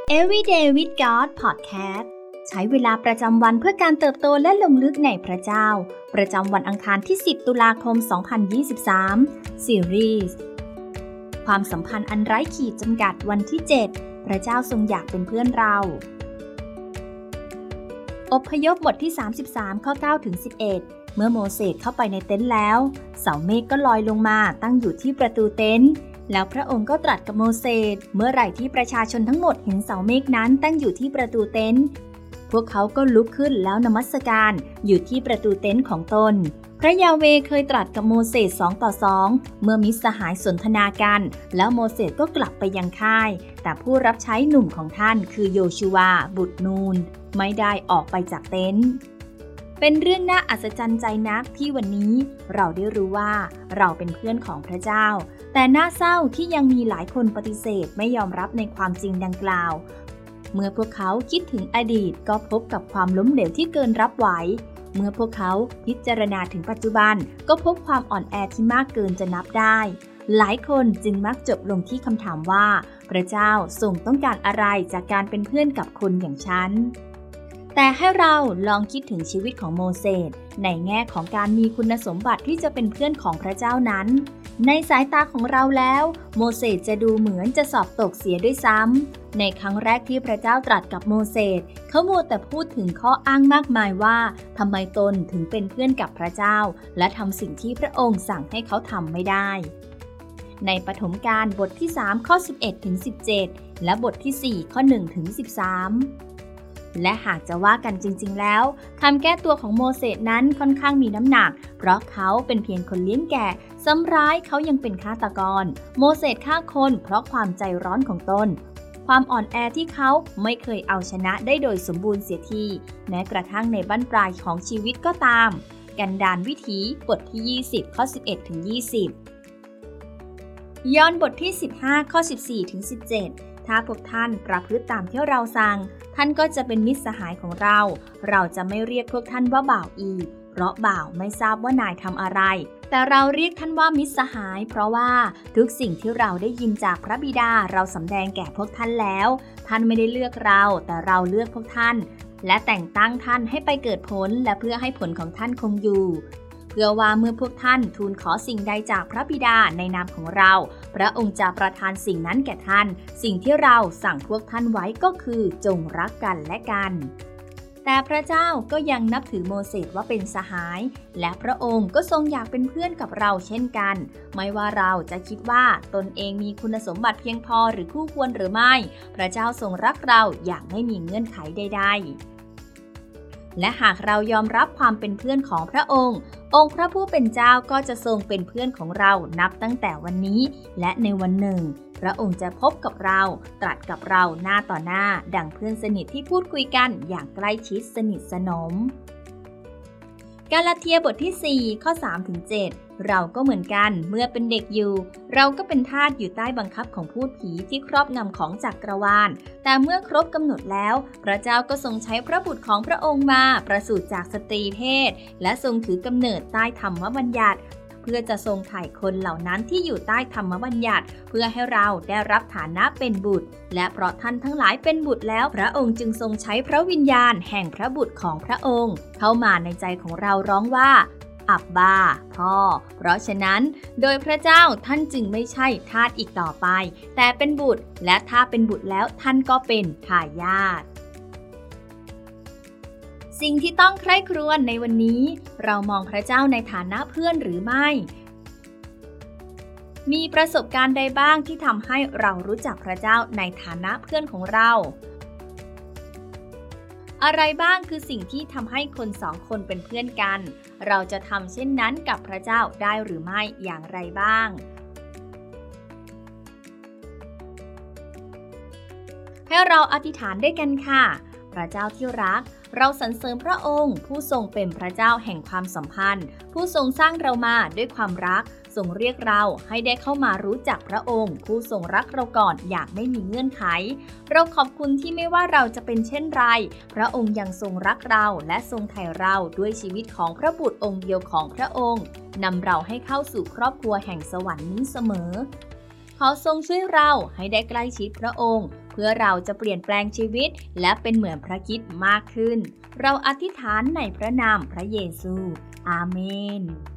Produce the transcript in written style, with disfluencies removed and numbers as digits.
Everyday with God Podcast ใช้เวลาประจำวันเพื่อการเติบโตและลงลึกในพระเจ้าประจำวันอังคารที่10ตุลาคม2023ซีรีส์ความสัมพันธ์อันไร้ขีดจำกัดวันที่7พระเจ้าทรงอยากเป็นเพื่อนเราอพยพบทที่33ข้อ9ถึง11เมื่อโมเสสเข้าไปในเต็นท์แล้วเสาเมฆก็ลอยลงมาตั้งอยู่ที่ประตูเต็นท์แล้วพระองค์ก็ตรัสกับโมเสสเมื่อไหร่ที่ประชาชนทั้งหมดเห็นเสาเมฆนั้นตั้งอยู่ที่ประตูเต็นท์พวกเขาก็ลุกขึ้นแล้วนมัสการอยู่ที่ประตูเต็นท์ของตนพระยาเวห์เคยตรัสกับโมเสส2 ต่อ 2เมื่อมิตรสหายสนทนากันแล้วโมเสสก็กลับไปยังค่ายแต่ผู้รับใช้หนุ่มของท่านคือโยชูวาบุตรนูนไม่ได้ออกไปจากเต็นท์เป็นเรื่องน่าอัศจรรย์ใจนักที่วันนี้เราได้รู้ว่าเราเป็นเพื่อนของพระเจ้าแต่น่าเศร้าที่ยังมีหลายคนปฏิเสธไม่ยอมรับในความจริงดังกล่าวเมื่อพวกเขาคิดถึงอดีตก็พบกับความล้มเหลวที่เกินรับไหวเมื่อพวกเขาพิจารณาถึงปัจจุบันก็พบความอ่อนแอที่มากเกินจะนับได้หลายคนจึงมักจบลงที่คำถามว่าพระเจ้าทรงต้องการอะไรจากการเป็นเพื่อนกับคนอย่างฉันแต่ให้เราลองคิดถึงชีวิตของโมเสสในแง่ของการมีคุณสมบัติที่จะเป็นเพื่อนของพระเจ้านั้นในสายตาของเราแล้วโมเสสจะดูเหมือนจะสอบตกเสียด้วยซ้ำในครั้งแรกที่พระเจ้าตรัสกับโมเสสเขามัวแต่พูดถึงข้ออ้างมากมายว่าทำไมตนถึงเป็นเพื่อนกับพระเจ้าและทำสิ่งที่พระองค์สั่งให้เขาทำไม่ได้ในปฐมกาลบทที่3ข้อ11ถึง17และบทที่4ข้อ1ถึง13และหากจะว่ากันจริงๆแล้วคำแก้ตัวของโมเสสนั้นค่อนข้างมีน้ำหนักเพราะเขาเป็นเพียงคนเลี้ยงแกะซ้ำร้ายเขายังเป็นฆาตกรโมเสสฆ่าคนเพราะความใจร้อนของตนความอ่อนแอที่เขาไม่เคยเอาชนะได้โดยสมบูรณ์เสียทีแม้กระทั่งในบั้นปลายของชีวิตก็ตามกันดารวิถีบทที่20ข้อ11ถึง20ย้อนบทที่15ข้อ14ถึง17ถ้าพวกท่านประพฤติตามที่เราสั่งท่านก็จะเป็นมิตรสหายของเราเราจะไม่เรียกพวกท่านว่าบ่าวอีกเพราะบ่าวไม่ทราบว่านายทำอะไรแต่เราเรียกท่านว่ามิตรสหายเพราะว่าทุกสิ่งที่เราได้ยินจากพระบิดาเราสำแดงแก่พวกท่านแล้วท่านไม่ได้เลือกเราแต่เราเลือกพวกท่านและแต่งตั้งท่านให้ไปเกิดผลและเพื่อให้ผลของท่านคงอยู่เพื่อว่าเมื่อพวกท่านทูลขอสิ่งใดจากพระบิดาในนามของเราพระองค์จะประทานสิ่งนั้นแก่ท่านสิ่งที่เราสั่งพวกท่านไว้ก็คือจงรักกันและกันแต่พระเจ้าก็ยังนับถือโมเสสว่าเป็นสหายและพระองค์ก็ทรงอยากเป็นเพื่อนกับเราเช่นกันไม่ว่าเราจะคิดว่าตนเองมีคุณสมบัติเพียงพอหรือคู่ควรหรือไม่พระเจ้าทรงรักเราอย่างไม่มีเงื่อนไขใดๆและหากเรายอมรับความเป็นเพื่อนของพระองค์องค์พระผู้เป็นเจ้าก็จะทรงเป็นเพื่อนของเรานับตั้งแต่วันนี้และในวันหนึ่งพระองค์จะพบกับเราตรัสกับเราหน้าต่อหน้าดังเพื่อนสนิทที่พูดคุยกันอย่างใกล้ชิดสนิทสนมกาลาเทียบทที่4ข้อ3ถึง7เราก็เหมือนกันเมื่อเป็นเด็กอยู่เราก็เป็นทาสอยู่ใต้บังคับของพูดผีที่ครอบงำของจักรวาลแต่เมื่อครบกำหนดแล้วพระเจ้าก็ทรงใช้พระบุตรของพระองค์มาประสูติจากสตรีเพศและทรงถือกำเนิดใต้ธรรมบัญญัติเพื่อจะทรงไถ่คนเหล่านั้นที่อยู่ใต้ธรรมบัญญัติเพื่อให้เราได้รับฐานะเป็นบุตรและเพราะท่านทั้งหลายเป็นบุตรแล้วพระองค์จึงทรงใช้พระวิญญาณแห่งพระบุตรของพระองค์เข้ามาในใจของเราร้องว่าอับบาพ่อเพราะฉะนั้นโดยพระเจ้าท่านจึงไม่ใช่ทาสอีกต่อไปแต่เป็นบุตรและถ้าเป็นบุตรแล้วท่านก็เป็นทายาทสิ่งที่ต้องใคร่ครวญในวันนี้เรามองพระเจ้าในฐานะเพื่อนหรือไม่มีประสบการณ์ใดบ้างที่ทำให้เรารู้จักพระเจ้าในฐานะเพื่อนของเราอะไรบ้างคือสิ่งที่ทำให้คนสองคนเป็นเพื่อนกันเราจะทำเช่นนั้นกับพระเจ้าได้หรือไม่อย่างไรบ้างให้เราอธิษฐานด้วยกันค่ะพระเจ้าที่รักเราสรรเสริญพระองค์ผู้ทรงเป็นพระเจ้าแห่งความสัมพันธ์ผู้ทรงสร้างเรามาด้วยความรักทรงเรียกเราให้ได้เข้ามารู้จักพระองค์ผู้ทรงรักเราก่อนอย่างไม่มีเงื่อนไขเราขอบคุณที่ไม่ว่าเราจะเป็นเช่นไรพระองค์ยังทรงรักเราและทรงไถ่เราด้วยชีวิตของพระบุตรองค์เดียวของพระองค์นำเราให้เข้าสู่ครอบครัวแห่งสวรรค์นี้เสมอขอทรงช่วยเราให้ได้ใกล้ชิดพระองค์พื่อเราจะเปลี่ยนแปลงชีวิตและเป็นเหมือนพระคริสต์มากขึ้นเราอธิษฐานในพระนามพระเยซูอาเมน